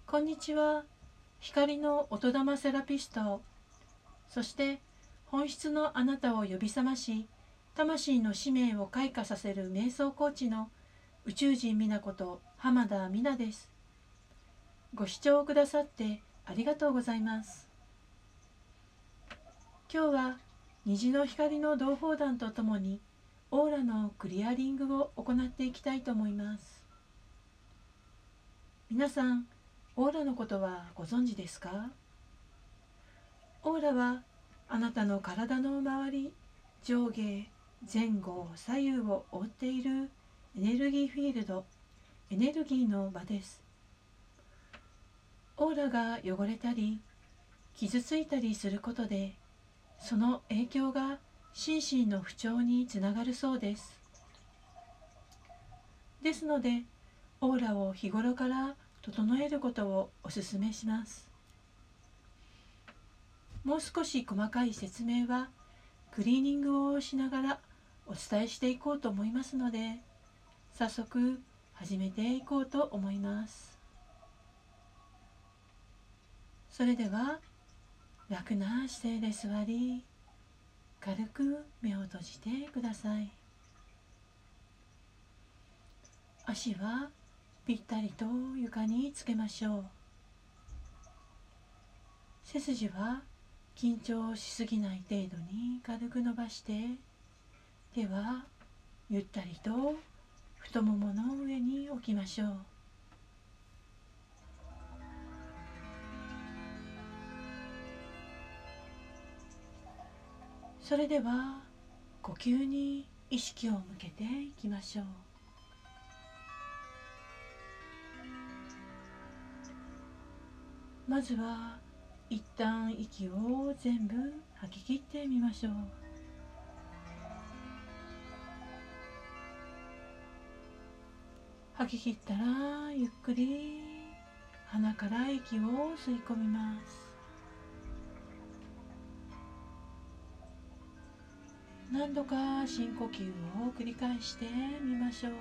こんにちは。光の音玉セラピスト、そして本質のあなたを呼び覚まし、魂の使命を開花させる瞑想コーチの宇宙人美奈子と浜田美奈です。ご視聴くださってありがとうございます。今日は虹の光の同胞団とともにオーラのクリアリングを行っていきたいと思います。皆さん、オーラのことはご存知ですか？オーラはあなたの体の周り、上下、前後、左右を覆っているエネルギーフィールド、エネルギーの場です。オーラが汚れたり、傷ついたりすることで、その影響が心身の不調につながるそうです。ですので、オーラを日頃から整えることをお勧めします。もう少し細かい説明はクリーニングをしながらお伝えしていこうと思いますので、早速始めていこうと思います。それでは楽な姿勢で座り、軽く目を閉じてください。足はぴったりと床につけましょう。背筋は緊張しすぎない程度に軽く伸ばして、手はゆったりと太ももの上に置きましょう。それでは呼吸に意識を向けていきましょう。まずは一旦息を全部吐き切ってみましょう。吐き切ったらゆっくり鼻から息を吸い込みます。何度か深呼吸を繰り返してみましょう。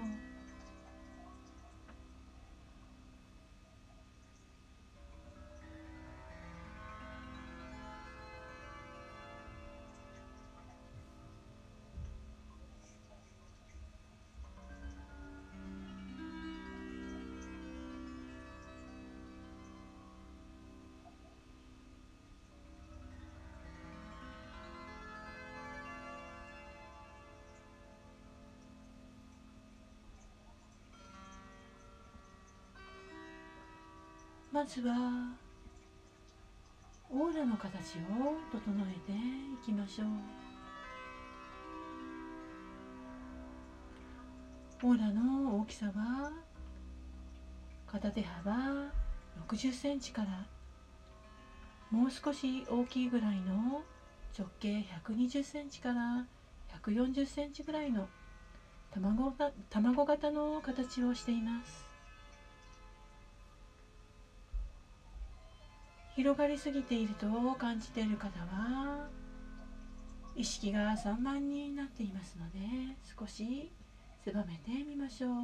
まずはオーラの形を整えていきましょう。オーラの大きさは片手幅60センチからもう少し大きいぐらいの直径120センチから140センチぐらいの卵型の形をしています。広がりすぎていると感じている方は意識が散漫になっていますので、少し狭めてみましょう。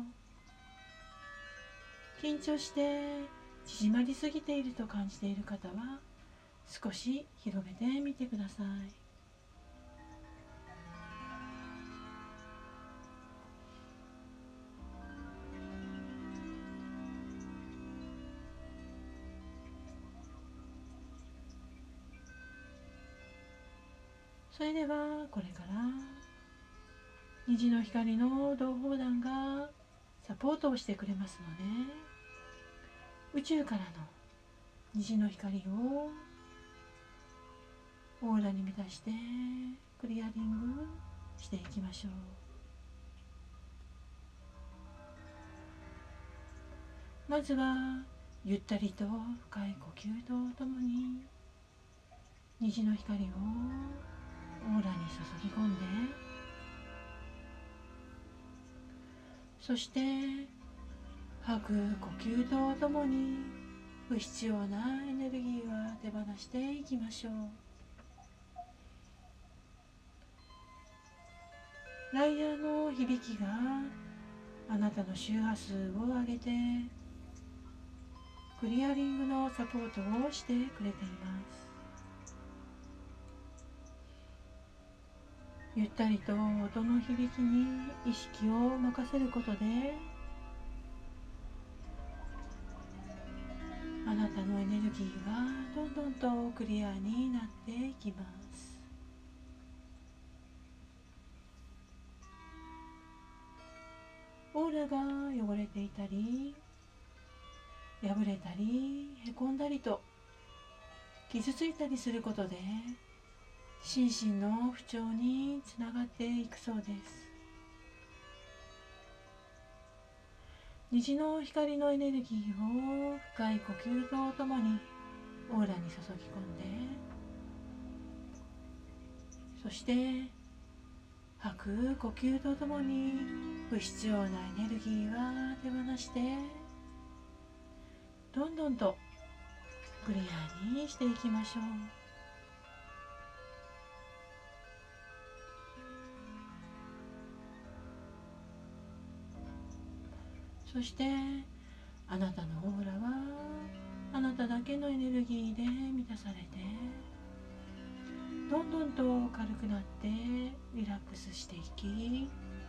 緊張して縮まりすぎていると感じている方は少し広げてみてください。それではこれから虹の光の同胞団がサポートをしてくれますので、宇宙からの虹の光をオーラに満たしてクリアリングしていきましょう。まずはゆったりと深い呼吸とともに虹の光をオーラに注ぎ込んで、そして吐く呼吸とともに不必要なエネルギーは手放していきましょう。ライダーの響きがあなたの周波数を上げてクリアリングのサポートをしてくれています。ゆったりと音の響きに意識を任せることで、あなたのエネルギーはどんどんとクリアになっていきます。オーラが汚れていたり、破れたり、へこんだりと傷ついたりすることで、心身の不調につながっていくそうです。虹の光のエネルギーを深い呼吸とともにオーラに注ぎ込んで、そして吐く呼吸とともに不必要なエネルギーは手放して、どんどんとクリアにしていきましょう。そしてあなたのオーラはあなただけのエネルギーで満たされて、どんどんと軽くなってリラックスしていき、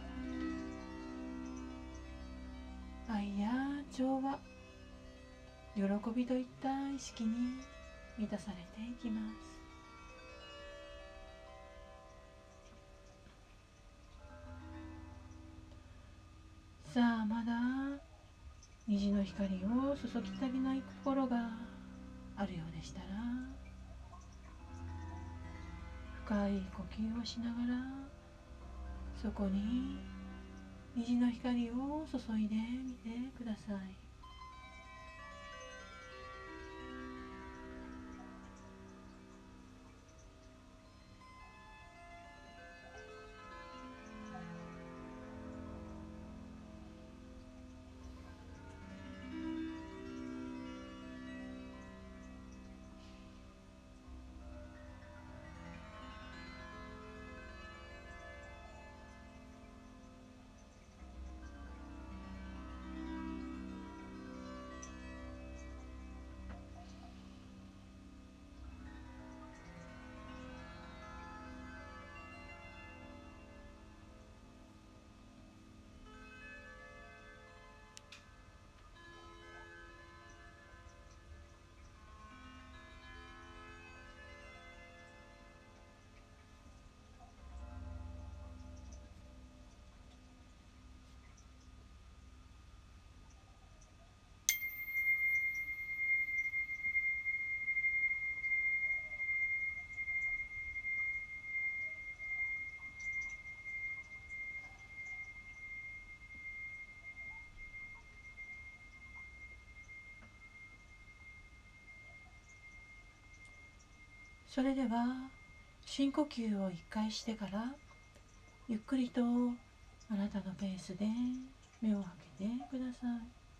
愛や調和、喜びといった意識に満たされていきます。さあ、まだ虹の光を注ぎ足りないところがあるようでしたら、深い呼吸をしながらそこに虹の光を注いでみてください。それでは深呼吸を1回してから、ゆっくりとあなたのペースで目を開けてくださ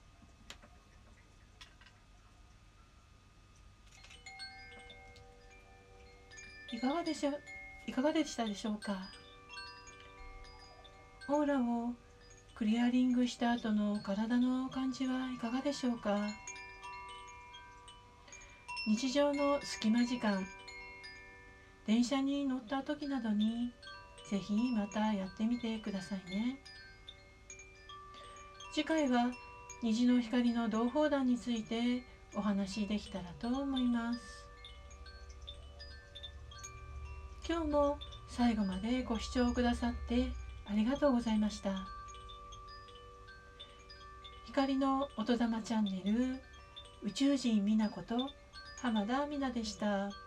い。いかがでしたでしょうか。オーラをクリアリングした後の体の感じはいかがでしょうか。日常の隙間時間、電車に乗った時などにぜひまたやってみてくださいね。次回は虹の光の同胞団についてお話できたらと思います。今日も最後までご視聴くださってありがとうございました。光の音玉チャンネル、宇宙人みなこと浜田美奈でした。